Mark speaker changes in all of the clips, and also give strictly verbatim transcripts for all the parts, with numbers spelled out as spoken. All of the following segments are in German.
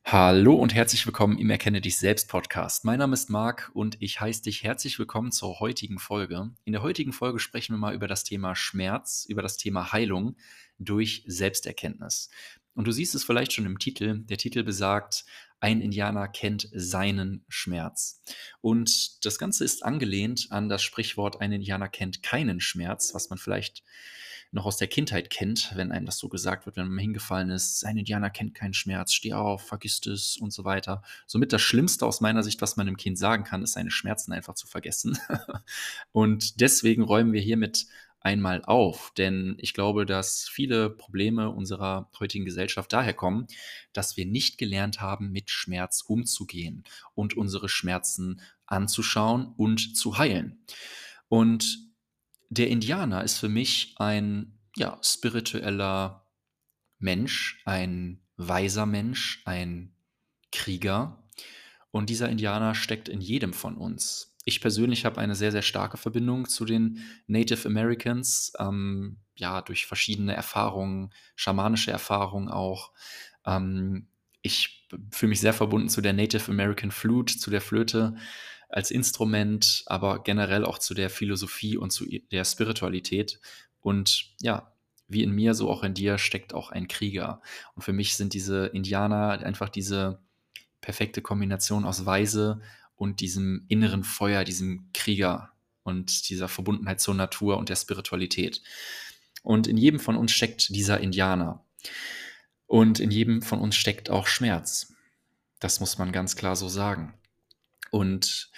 Speaker 1: Hallo und herzlich willkommen im Erkenne dich selbst Podcast. Mein Name ist Marc und ich heiße dich herzlich willkommen zur heutigen Folge. In der heutigen Folge sprechen wir mal über das Thema Schmerz, über das Thema Heilung durch Selbsterkenntnis. Und du siehst es vielleicht schon im Titel. Der Titel besagt, ein Indianer kennt seinen Schmerz. Und das Ganze ist angelehnt an das Sprichwort, ein Indianer kennt keinen Schmerz, was man vielleicht noch aus der Kindheit kennt, wenn einem das so gesagt wird, wenn man hingefallen ist, ein Indianer kennt keinen Schmerz, steh auf, vergiss es und so weiter. Somit das Schlimmste aus meiner Sicht, was man einem Kind sagen kann, ist, seine Schmerzen einfach zu vergessen. Und deswegen räumen wir hiermit einmal auf, denn ich glaube, dass viele Probleme unserer heutigen Gesellschaft daher kommen, dass wir nicht gelernt haben, mit Schmerz umzugehen und unsere Schmerzen anzuschauen und zu heilen. Und der Indianer ist für mich ein, ja, spiritueller Mensch, ein weiser Mensch, ein Krieger. Und dieser Indianer steckt in jedem von uns. Ich persönlich habe eine sehr, sehr starke Verbindung zu den Native Americans, ähm, ja, durch verschiedene Erfahrungen, schamanische Erfahrungen auch. Ähm, ich fühle mich sehr verbunden zu der Native American Flute, zu der Flöte als Instrument, aber generell auch zu der Philosophie und zu der Spiritualität. Und ja, wie in mir, so auch in dir steckt auch ein Krieger. Und für mich sind diese Indianer einfach diese perfekte Kombination aus Weise und diesem inneren Feuer, diesem Krieger und dieser Verbundenheit zur Natur und der Spiritualität. Und in jedem von uns steckt dieser Indianer. Und in jedem von uns steckt auch Schmerz. Das muss man ganz klar so sagen. Und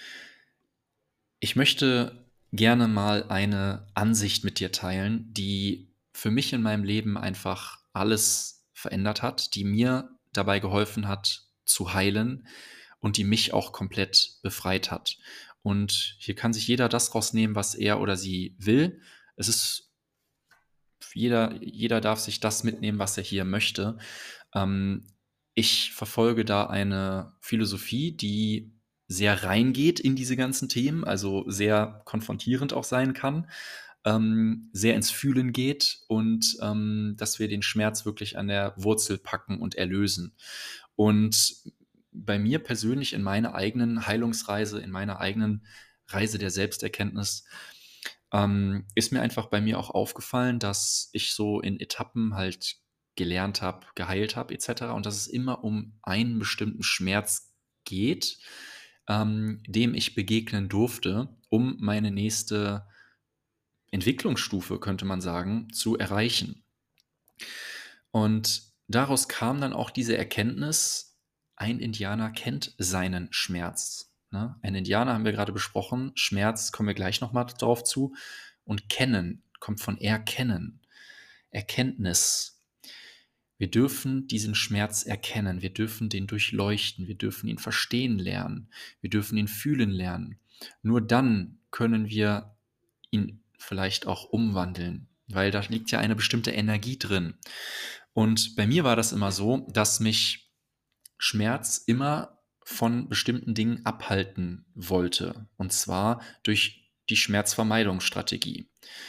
Speaker 1: ich möchte gerne mal eine Ansicht mit dir teilen, die für mich in meinem Leben einfach alles verändert hat, die mir dabei geholfen hat zu heilen und die mich auch komplett befreit hat. Und hier kann sich jeder das rausnehmen, was er oder sie will. Es ist jeder, jeder darf sich das mitnehmen, was er hier möchte. Ähm, ich verfolge da eine Philosophie, die sehr reingeht in diese ganzen Themen, also sehr konfrontierend auch sein kann, ähm, sehr ins Fühlen geht und ähm, dass wir den Schmerz wirklich an der Wurzel packen und erlösen. Und bei mir persönlich in meiner eigenen Heilungsreise, in meiner eigenen Reise der Selbsterkenntnis, ähm, ist mir einfach bei mir auch aufgefallen, dass ich so in Etappen halt gelernt habe, geheilt habe et cetera und dass es immer um einen bestimmten Schmerz geht, ähm, dem ich begegnen durfte, um meine nächste Entwicklungsstufe, könnte man sagen, zu erreichen. Und daraus kam dann auch diese Erkenntnis, ein Indianer kennt seinen Schmerz. Ne? Ein Indianer haben wir gerade besprochen, Schmerz kommen wir gleich nochmal drauf zu. Und kennen kommt von erkennen, Erkenntnis. Wir dürfen diesen Schmerz erkennen, wir dürfen den durchleuchten, wir dürfen ihn verstehen lernen, wir dürfen ihn fühlen lernen. Nur dann können wir ihn vielleicht auch umwandeln, weil da liegt ja eine bestimmte Energie drin. Und bei mir war das immer so, dass mich Schmerz immer von bestimmten Dingen abhalten wollte. Und zwar durch die Schmerzvermeidungsstrategie.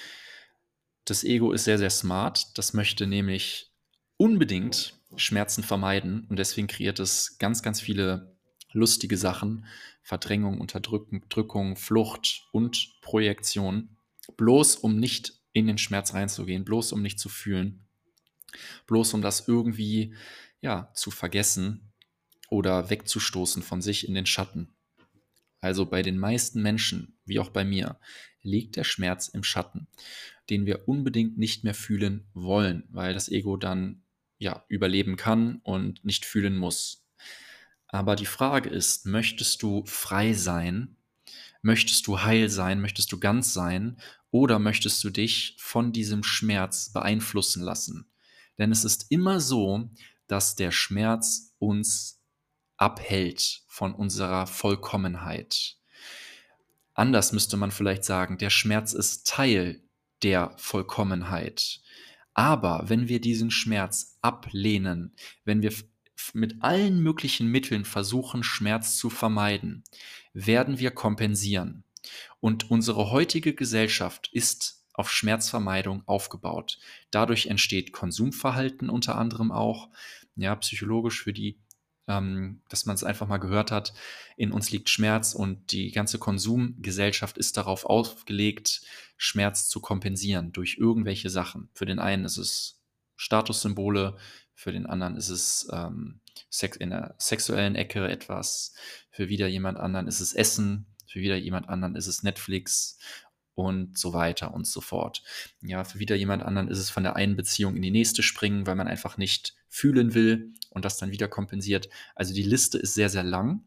Speaker 1: Das Ego ist sehr, sehr smart. Das möchte nämlich unbedingt Schmerzen vermeiden. Und deswegen kreiert es ganz, ganz viele lustige Sachen. Verdrängung, Unterdrückung, Flucht und Projektion. Bloß um nicht in den Schmerz reinzugehen, bloß um nicht zu fühlen, bloß um das irgendwie, ja, zu vergessen oder wegzustoßen von sich in den Schatten. Also bei den meisten Menschen, wie auch bei mir, liegt der Schmerz im Schatten, den wir unbedingt nicht mehr fühlen wollen, weil das Ego dann ja überleben kann und nicht fühlen muss. Aber die Frage ist, möchtest du frei sein? Möchtest du heil sein? Möchtest du ganz sein? Oder möchtest du dich von diesem Schmerz beeinflussen lassen? Denn es ist immer so, dass der Schmerz uns abhält von unserer Vollkommenheit. Anders müsste man vielleicht sagen, der Schmerz ist Teil der Vollkommenheit. Aber wenn wir diesen Schmerz ablehnen, wenn wir mit allen möglichen Mitteln versuchen, Schmerz zu vermeiden, werden wir kompensieren. Und unsere heutige Gesellschaft ist auf Schmerzvermeidung aufgebaut. Dadurch entsteht Konsumverhalten unter anderem auch, ja, psychologisch für die ähm, dass man es einfach mal gehört hat, in uns liegt Schmerz und die ganze Konsumgesellschaft ist darauf aufgelegt, Schmerz zu kompensieren durch irgendwelche Sachen. Für den einen ist es Statussymbole, für den anderen ist es ähm, Sex in der sexuellen Ecke etwas, für wieder jemand anderen ist es Essen, für wieder jemand anderen ist es Netflix und so weiter und so fort. Ja, für wieder jemand anderen ist es von der einen Beziehung in die nächste springen, weil man einfach nicht fühlen will und das dann wieder kompensiert. Also die Liste ist sehr, sehr lang.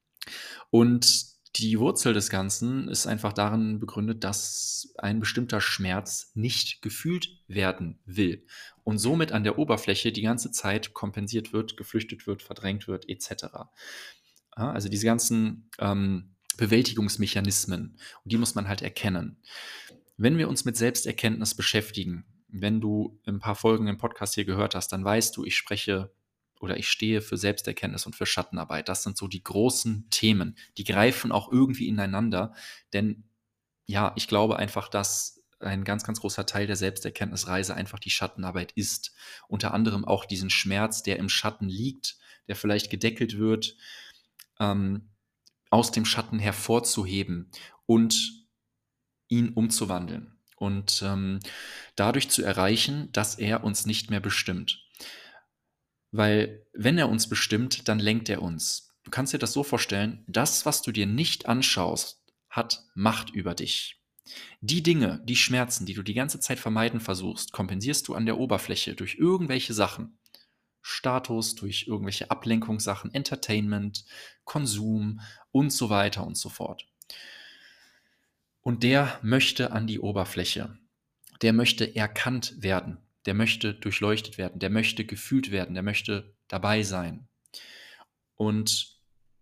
Speaker 1: Und die Wurzel des Ganzen ist einfach darin begründet, dass ein bestimmter Schmerz nicht gefühlt werden will und somit an der Oberfläche die ganze Zeit kompensiert wird, geflüchtet wird, verdrängt wird, et cetera. Ja, also diese ganzen ähm, Bewältigungsmechanismen, und die muss man halt erkennen. Wenn wir uns mit Selbsterkenntnis beschäftigen, wenn du ein paar Folgen im Podcast hier gehört hast, dann weißt du, ich spreche oder ich stehe für Selbsterkenntnis und für Schattenarbeit. Das sind so die großen Themen. Die greifen auch irgendwie ineinander, denn ja, ich glaube einfach, dass ein ganz, ganz großer Teil der Selbsterkenntnisreise einfach die Schattenarbeit ist. Unter anderem auch diesen Schmerz, der im Schatten liegt, der vielleicht gedeckelt wird, ähm, aus dem Schatten hervorzuheben und ihn umzuwandeln und ähm, dadurch zu erreichen, dass er uns nicht mehr bestimmt. Weil wenn er uns bestimmt, dann lenkt er uns. Du kannst dir das so vorstellen, das, was du dir nicht anschaust, hat Macht über dich. Die Dinge, die Schmerzen, die du die ganze Zeit vermeiden versuchst, kompensierst du an der Oberfläche durch irgendwelche Sachen. Status, durch irgendwelche Ablenkungssachen, Entertainment, Konsum und so weiter und so fort. Und der möchte an die Oberfläche. Der möchte erkannt werden. Der möchte durchleuchtet werden. Der möchte gefühlt werden. Der möchte dabei sein. Und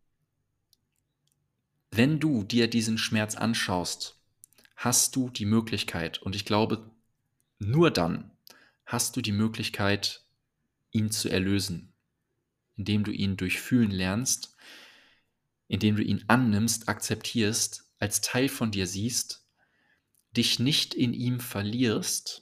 Speaker 1: wenn du dir diesen Schmerz anschaust, hast du die Möglichkeit, und ich glaube, nur dann hast du die Möglichkeit, ihn zu erlösen, indem du ihn durchfühlen lernst, indem du ihn annimmst, akzeptierst, als Teil von dir siehst, dich nicht in ihm verlierst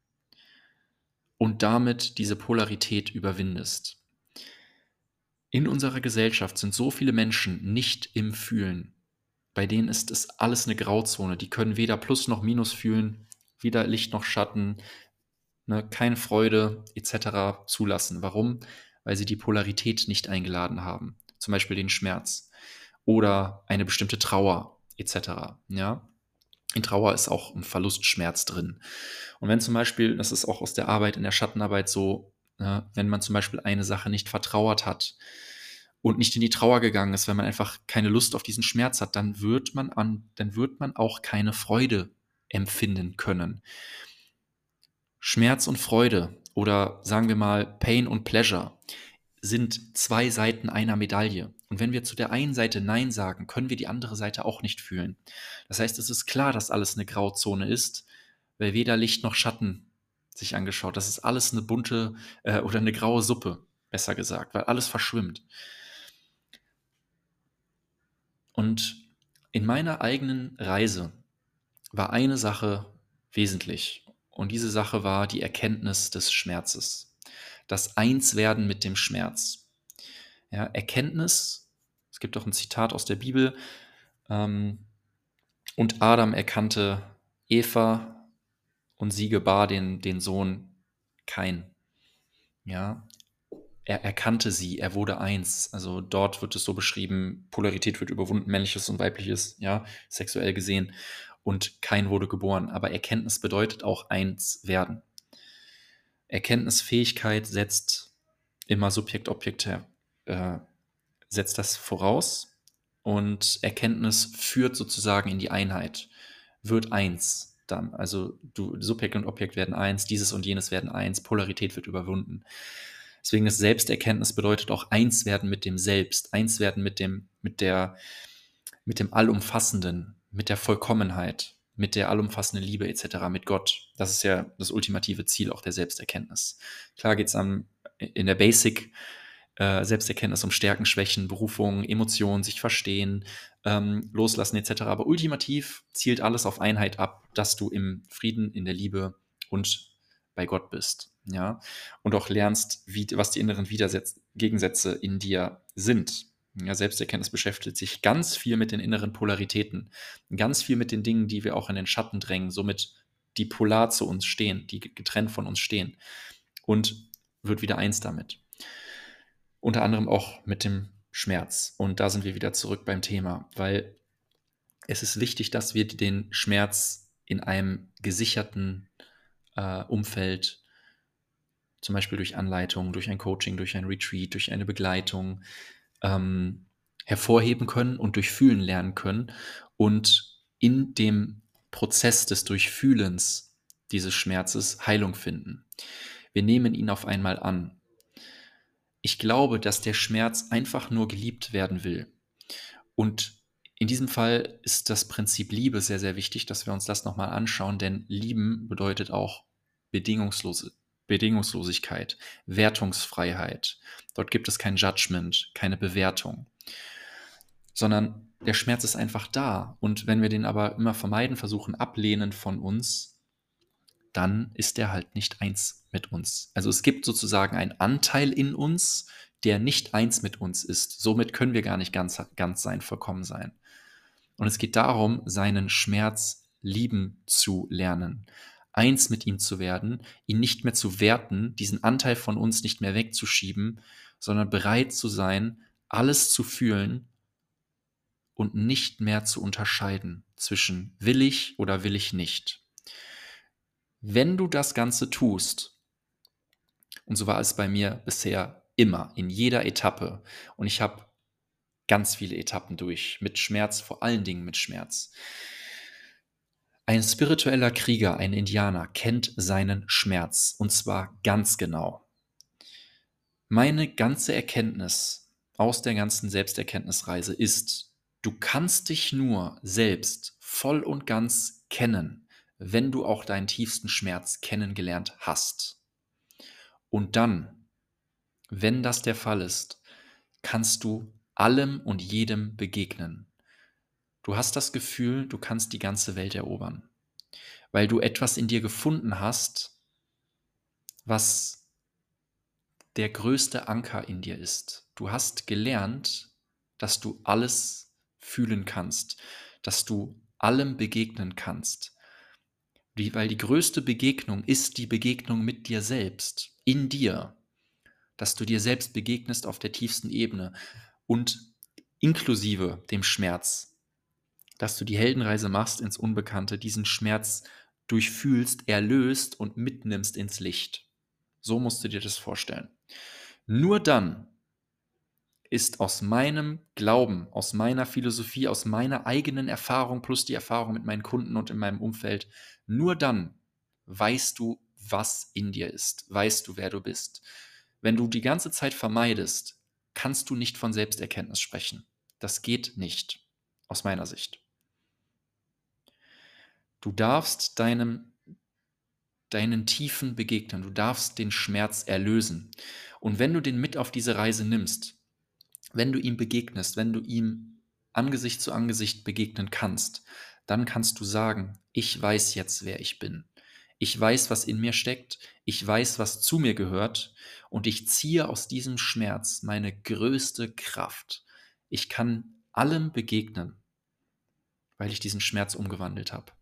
Speaker 1: und damit diese Polarität überwindest. In unserer Gesellschaft sind so viele Menschen nicht im Fühlen. Bei denen ist es alles eine Grauzone. Die können weder Plus noch Minus fühlen, weder Licht noch Schatten, ne, keine Freude et cetera zulassen. Warum? Weil sie die Polarität nicht eingeladen haben. Zum Beispiel den Schmerz oder eine bestimmte Trauer et cetera. Ja? In Trauer ist auch ein Verlustschmerz drin. Und wenn zum Beispiel, das ist auch aus der Arbeit in der Schattenarbeit so, ne, wenn man zum Beispiel eine Sache nicht vertrauert hat und nicht in die Trauer gegangen ist, wenn man einfach keine Lust auf diesen Schmerz hat, dann wird man an, dann wird man auch keine Freude empfinden können. Schmerz und Freude oder sagen wir mal Pain und Pleasure sind zwei Seiten einer Medaille. Und wenn wir zu der einen Seite Nein sagen, können wir die andere Seite auch nicht fühlen. Das heißt, es ist klar, dass alles eine Grauzone ist, weil weder Licht noch Schatten sich angeschaut. Das ist alles eine bunte äh, oder eine graue Suppe, besser gesagt, weil alles verschwimmt. Und in meiner eigenen Reise war eine Sache wesentlich. Und diese Sache war die Erkenntnis des Schmerzes. Das Einswerden mit dem Schmerz. Ja, Erkenntnis, es gibt auch ein Zitat aus der Bibel, ähm, und Adam erkannte Eva und sie gebar den, den Sohn Kain. Ja, er erkannte sie, er wurde eins. Also dort wird es so beschrieben, Polarität wird überwunden, männliches und weibliches, ja, sexuell gesehen. Und Kain wurde geboren. Aber Erkenntnis bedeutet auch eins werden. Erkenntnisfähigkeit setzt immer Subjekt-Objekt her, äh, setzt das voraus. Und Erkenntnis führt sozusagen in die Einheit, wird eins dann. Also du, Subjekt und Objekt werden eins, dieses und jenes werden eins, Polarität wird überwunden. Deswegen ist Selbsterkenntnis bedeutet auch eins werden mit dem Selbst, eins werden mit dem, mit der, mit dem Allumfassenden, mit der Vollkommenheit, mit der allumfassenden Liebe et cetera, mit Gott. Das ist ja das ultimative Ziel auch der Selbsterkenntnis. Klar geht es in der Basic äh, Selbsterkenntnis um Stärken, Schwächen, Berufungen, Emotionen, sich verstehen, ähm, loslassen et cetera. Aber ultimativ zielt alles auf Einheit ab, dass du im Frieden, in der Liebe und bei Gott bist, ja, und auch lernst, wie, was die inneren Widersetz Gegensätze in dir sind. Ja, Selbsterkenntnis beschäftigt sich ganz viel mit den inneren Polaritäten, ganz viel mit den Dingen, die wir auch in den Schatten drängen, somit die polar zu uns stehen, die getrennt von uns stehen, und wird wieder eins damit. Unter anderem auch mit dem Schmerz. Und da sind wir wieder zurück beim Thema, weil es ist wichtig, dass wir den Schmerz in einem gesicherten äh, Umfeld, zum Beispiel durch Anleitung, durch ein Coaching, durch ein Retreat, durch eine Begleitung, ähm, hervorheben können und durchfühlen lernen können und in dem Prozess des Durchfühlens dieses Schmerzes Heilung finden. Wir nehmen ihn auf einmal an. Ich glaube, dass der Schmerz einfach nur geliebt werden will. Und in diesem Fall ist das Prinzip Liebe sehr, sehr wichtig, dass wir uns das nochmal anschauen, denn lieben bedeutet auch bedingungslose, Bedingungslosigkeit, Wertungsfreiheit. Dort gibt es kein Judgment, keine Bewertung, sondern der Schmerz ist einfach da. Und wenn wir den aber immer vermeiden, versuchen, ablehnen von uns, dann ist er halt nicht eins mit uns. Also es gibt sozusagen einen Anteil in uns, der nicht eins mit uns ist. Somit können wir gar nicht ganz, ganz sein, vollkommen sein. Und es geht darum, seinen Schmerz lieben zu lernen, eins mit ihm zu werden, ihn nicht mehr zu werten, diesen Anteil von uns nicht mehr wegzuschieben, sondern bereit zu sein, alles zu fühlen und nicht mehr zu unterscheiden zwischen will ich oder will ich nicht. Wenn du das Ganze tust, und so war es bei mir bisher immer, in jeder Etappe, und ich habe ganz viele Etappen durch, mit Schmerz, vor allen Dingen mit Schmerz. Ein spiritueller Krieger, ein Indianer, kennt seinen Schmerz, und zwar ganz genau. Meine ganze Erkenntnis aus der ganzen Selbsterkenntnisreise ist, du kannst dich nur selbst voll und ganz kennen, wenn du auch deinen tiefsten Schmerz kennengelernt hast. Und dann, wenn das der Fall ist, kannst du allem und jedem begegnen. Du hast das Gefühl, du kannst die ganze Welt erobern, weil du etwas in dir gefunden hast, was der größte Anker in dir ist. Du hast gelernt, dass du alles fühlen kannst, dass du allem begegnen kannst. Die, weil die größte Begegnung ist die Begegnung mit dir selbst, in dir, dass du dir selbst begegnest auf der tiefsten Ebene und inklusive dem Schmerz, dass du die Heldenreise machst ins Unbekannte, diesen Schmerz durchfühlst, erlöst und mitnimmst ins Licht. So musst du dir das vorstellen. Nur dann ist aus meinem Glauben, aus meiner Philosophie, aus meiner eigenen Erfahrung plus die Erfahrung mit meinen Kunden und in meinem Umfeld, nur dann weißt du, was in dir ist, weißt du, wer du bist. Wenn du die ganze Zeit vermeidest, kannst du nicht von Selbsterkenntnis sprechen. Das geht nicht, aus meiner Sicht. Du darfst deinem, deinen Tiefen begegnen, du darfst den Schmerz erlösen. Und wenn du den mit auf diese Reise nimmst, wenn du ihm begegnest, wenn du ihm Angesicht zu Angesicht begegnen kannst, dann kannst du sagen, ich weiß jetzt, wer ich bin. Ich weiß, was in mir steckt, ich weiß, was zu mir gehört, und ich ziehe aus diesem Schmerz meine größte Kraft. Ich kann allem begegnen, weil ich diesen Schmerz umgewandelt habe.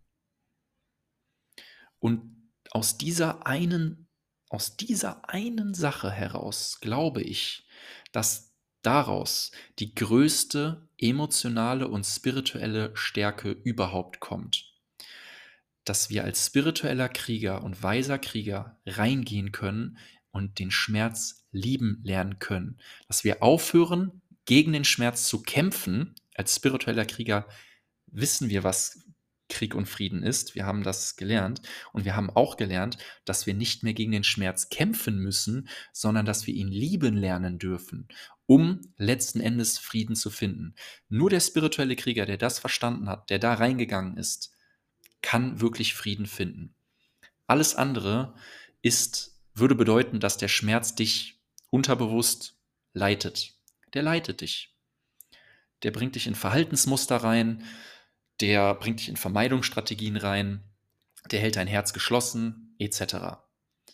Speaker 1: Und aus dieser einen, aus dieser einen Sache heraus glaube ich, dass daraus die größte emotionale und spirituelle Stärke überhaupt kommt. Dass wir als spiritueller Krieger und weiser Krieger reingehen können und den Schmerz lieben lernen können. Dass wir aufhören, gegen den Schmerz zu kämpfen. Als spiritueller Krieger wissen wir, was Krieg und Frieden ist. Wir haben das gelernt. Und wir haben auch gelernt, dass wir nicht mehr gegen den Schmerz kämpfen müssen, sondern dass wir ihn lieben lernen dürfen, um letzten Endes Frieden zu finden. Nur der spirituelle Krieger, der das verstanden hat, der da reingegangen ist, kann wirklich Frieden finden. Alles andere ist, würde bedeuten, dass der Schmerz dich unterbewusst leitet. Der leitet dich. Der bringt dich in Verhaltensmuster rein, der bringt dich in Vermeidungsstrategien rein, der hält dein Herz geschlossen, et cetera.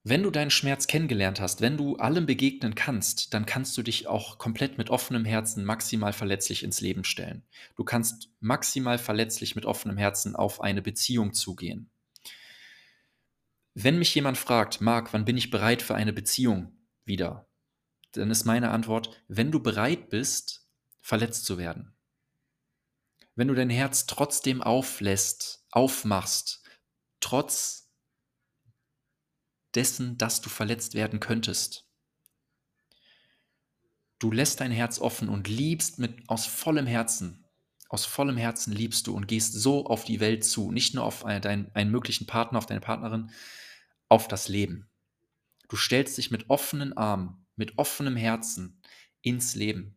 Speaker 1: Wenn du deinen Schmerz kennengelernt hast, wenn du allem begegnen kannst, dann kannst du dich auch komplett mit offenem Herzen maximal verletzlich ins Leben stellen. Du kannst maximal verletzlich mit offenem Herzen auf eine Beziehung zugehen. Wenn mich jemand fragt: „Marc, wann bin ich bereit für eine Beziehung wieder?", dann ist meine Antwort: Wenn du bereit bist, verletzt zu werden. Wenn du dein Herz trotzdem auflässt, aufmachst, trotz dessen, dass du verletzt werden könntest. Du lässt dein Herz offen und liebst mit aus vollem Herzen. Aus vollem Herzen liebst du und gehst so auf die Welt zu, nicht nur auf einen, deinen, einen möglichen Partner, auf deine Partnerin, auf das Leben. Du stellst dich mit offenen Armen, mit offenem Herzen ins Leben.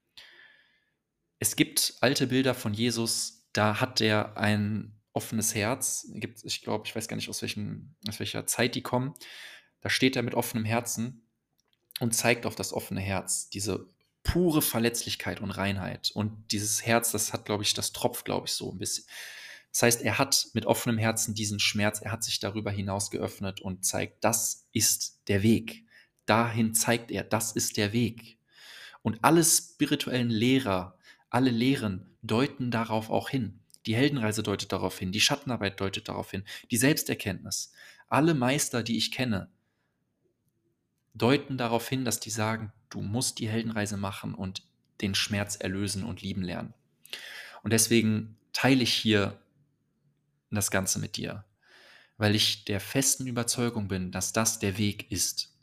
Speaker 1: Es gibt alte Bilder von Jesus, da hat er ein offenes Herz. Gibt, ich glaube, ich weiß gar nicht, aus, welchen, aus welcher Zeit die kommen. Da steht er mit offenem Herzen und zeigt auf das offene Herz, diese pure Verletzlichkeit und Reinheit. Und dieses Herz, das hat, glaube ich, das tropft, glaube ich, so ein bisschen. Das heißt, er hat mit offenem Herzen diesen Schmerz, er hat sich darüber hinaus geöffnet und zeigt, das ist der Weg. Dahin zeigt er, das ist der Weg. Und alle spirituellen Lehrer, alle Lehren deuten darauf auch hin. Die Heldenreise deutet darauf hin, die Schattenarbeit deutet darauf hin, die Selbsterkenntnis. Alle Meister, die ich kenne, deuten darauf hin, dass die sagen, du musst die Heldenreise machen und den Schmerz erlösen und lieben lernen. Und deswegen teile ich hier das Ganze mit dir, weil ich der festen Überzeugung bin, dass das der Weg ist.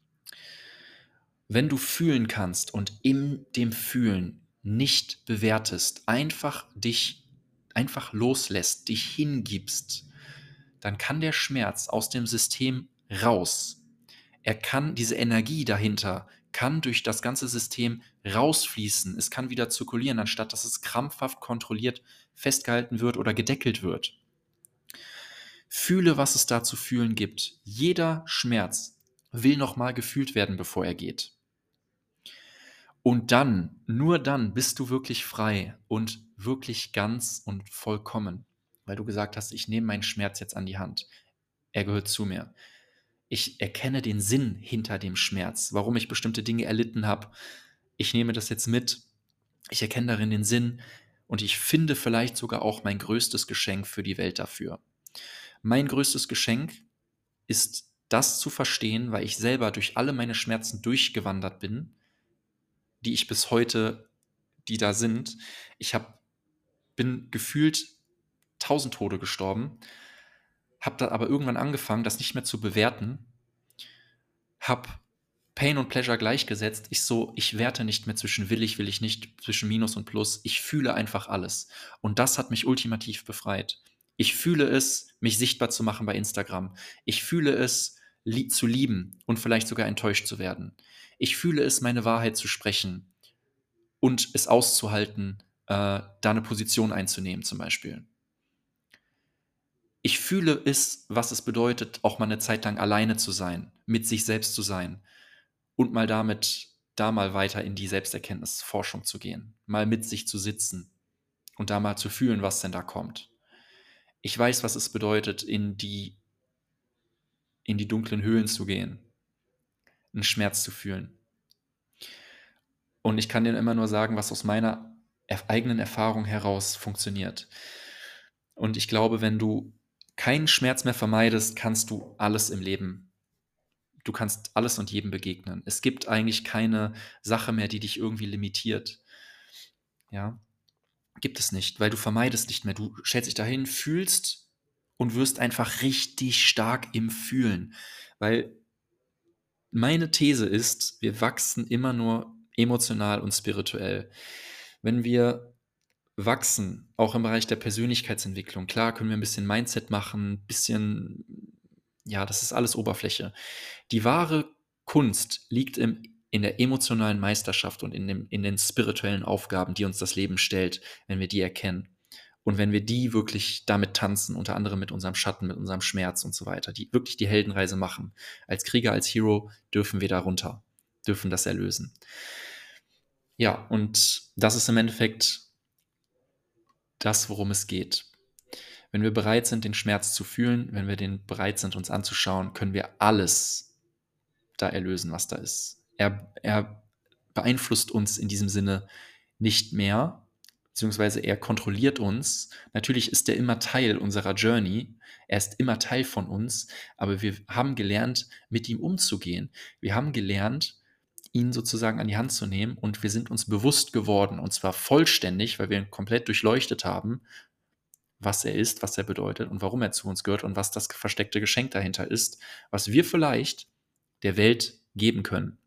Speaker 1: Wenn du fühlen kannst und in dem Fühlen nicht bewertest, einfach dich einfach loslässt, dich hingibst, dann kann der Schmerz aus dem System raus. Er kann, diese Energie dahinter kann durch das ganze System rausfließen. Es kann wieder zirkulieren, anstatt dass es krampfhaft kontrolliert festgehalten wird oder gedeckelt wird. Fühle, was es da zu fühlen gibt. Jeder Schmerz will nochmal gefühlt werden, bevor er geht. Und dann, nur dann bist du wirklich frei und wirklich ganz und vollkommen, weil du gesagt hast, ich nehme meinen Schmerz jetzt an die Hand. Er gehört zu mir. Ich erkenne den Sinn hinter dem Schmerz, warum ich bestimmte Dinge erlitten habe. Ich nehme das jetzt mit. Ich erkenne darin den Sinn und ich finde vielleicht sogar auch mein größtes Geschenk für die Welt dafür. Mein größtes Geschenk ist, das zu verstehen, weil ich selber durch alle meine Schmerzen durchgewandert bin, die ich bis heute, die da sind. Ich hab, bin gefühlt tausend Tode gestorben, habe da aber irgendwann angefangen, das nicht mehr zu bewerten, habe Pain und Pleasure gleichgesetzt. Ich so, ich werte nicht mehr zwischen will ich, will ich nicht, zwischen Minus und Plus. Ich fühle einfach alles. Und das hat mich ultimativ befreit. Ich fühle es, mich sichtbar zu machen bei Instagram. Ich fühle es, li- zu lieben und vielleicht sogar enttäuscht zu werden. Ich fühle es, meine Wahrheit zu sprechen und es auszuhalten, äh, da eine Position einzunehmen zum Beispiel. Ich fühle es, was es bedeutet, auch mal eine Zeit lang alleine zu sein, mit sich selbst zu sein und mal damit, da mal weiter in die Selbsterkenntnisforschung zu gehen, mal mit sich zu sitzen und da mal zu fühlen, was denn da kommt. Ich weiß, was es bedeutet, in die, in die dunklen Höhlen zu gehen, einen Schmerz zu fühlen. Und ich kann dir immer nur sagen, was aus meiner eigenen Erfahrung heraus funktioniert. Und ich glaube, wenn du keinen Schmerz mehr vermeidest, kannst du alles im Leben, du kannst alles und jedem begegnen. Es gibt eigentlich keine Sache mehr, die dich irgendwie limitiert. Ja, gibt es nicht, weil du vermeidest nicht mehr. Du stellst dich dahin, fühlst und wirst einfach richtig stark im Fühlen. Weil meine These ist, wir wachsen immer nur emotional und spirituell. Wenn wir wachsen, auch im Bereich der Persönlichkeitsentwicklung, klar können wir ein bisschen Mindset machen, ein bisschen, ja, das ist alles Oberfläche. Die wahre Kunst liegt im, in der emotionalen Meisterschaft und in, dem, in den spirituellen Aufgaben, die uns das Leben stellt, wenn wir die erkennen. Und wenn wir die wirklich damit tanzen, unter anderem mit unserem Schatten, mit unserem Schmerz und so weiter, die wirklich die Heldenreise machen. Als Krieger, als Hero dürfen wir da runter, dürfen das erlösen. Ja, und das ist im Endeffekt das, worum es geht. Wenn wir bereit sind, den Schmerz zu fühlen, wenn wir den bereit sind, uns anzuschauen, können wir alles da erlösen, was da ist. Er, er beeinflusst uns in diesem Sinne nicht mehr, beziehungsweise er kontrolliert uns. Natürlich ist er immer Teil unserer Journey, er ist immer Teil von uns, aber wir haben gelernt, mit ihm umzugehen. Wir haben gelernt, ihn sozusagen an die Hand zu nehmen und wir sind uns bewusst geworden, und zwar vollständig, weil wir ihn komplett durchleuchtet haben, was er ist, was er bedeutet und warum er zu uns gehört und was das versteckte Geschenk dahinter ist, was wir vielleicht der Welt geben können.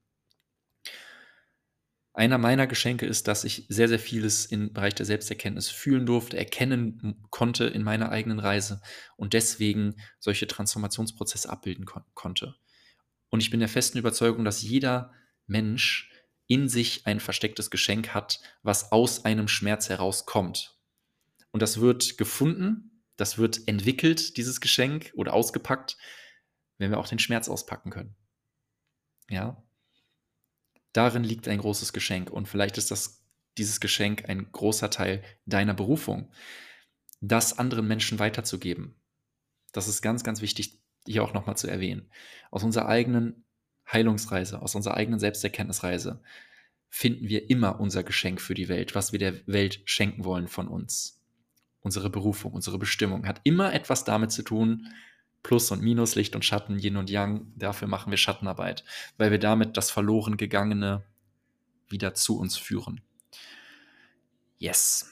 Speaker 1: Einer meiner Geschenke ist, dass ich sehr, sehr vieles im Bereich der Selbsterkenntnis fühlen durfte, erkennen konnte in meiner eigenen Reise und deswegen solche Transformationsprozesse abbilden kon- konnte. Und ich bin der festen Überzeugung, dass jeder Mensch in sich ein verstecktes Geschenk hat, was aus einem Schmerz herauskommt. Und das wird gefunden, das wird entwickelt, dieses Geschenk, oder ausgepackt, wenn wir auch den Schmerz auspacken können. Ja? Darin liegt ein großes Geschenk und vielleicht ist das, dieses Geschenk ein großer Teil deiner Berufung, das anderen Menschen weiterzugeben. Das ist ganz, ganz wichtig, hier auch nochmal zu erwähnen. Aus unserer eigenen Heilungsreise, aus unserer eigenen Selbsterkenntnisreise finden wir immer unser Geschenk für die Welt, was wir der Welt schenken wollen von uns. Unsere Berufung, unsere Bestimmung hat immer etwas damit zu tun, Plus und Minus, Licht und Schatten, Yin und Yang. Dafür machen wir Schattenarbeit, weil wir damit das verloren Gegangene wieder zu uns führen. Yes.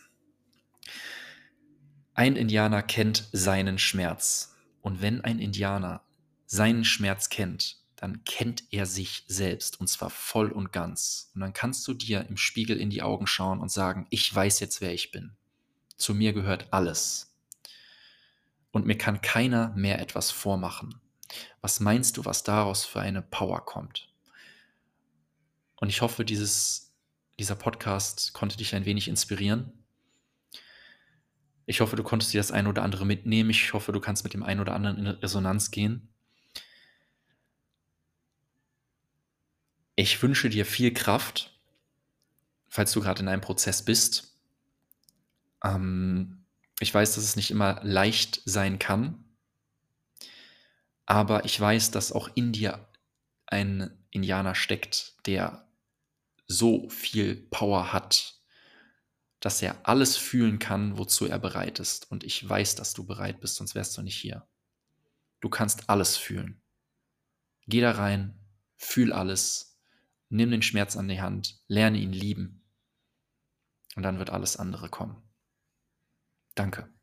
Speaker 1: Ein Indianer kennt seinen Schmerz. Und wenn ein Indianer seinen Schmerz kennt, dann kennt er sich selbst, und zwar voll und ganz. Und dann kannst du dir im Spiegel in die Augen schauen und sagen, ich weiß jetzt, wer ich bin. Zu mir gehört alles. Und mir kann keiner mehr etwas vormachen. Was meinst du, was daraus für eine Power kommt? Und ich hoffe, dieses, dieser Podcast konnte dich ein wenig inspirieren. Ich hoffe, du konntest dir das ein oder andere mitnehmen. Ich hoffe, du kannst mit dem einen oder anderen in Resonanz gehen. Ich wünsche dir viel Kraft, falls du gerade in einem Prozess bist. Ähm, ich weiß, dass es nicht immer leicht sein kann, aber ich weiß, dass auch in dir ein Indianer steckt, der so viel Power hat, dass er alles fühlen kann, wozu er bereit ist. Und ich weiß, dass du bereit bist, sonst wärst du nicht hier. Du kannst alles fühlen. Geh da rein, fühl alles, nimm den Schmerz an die Hand, lerne ihn lieben und dann wird alles andere kommen. Danke.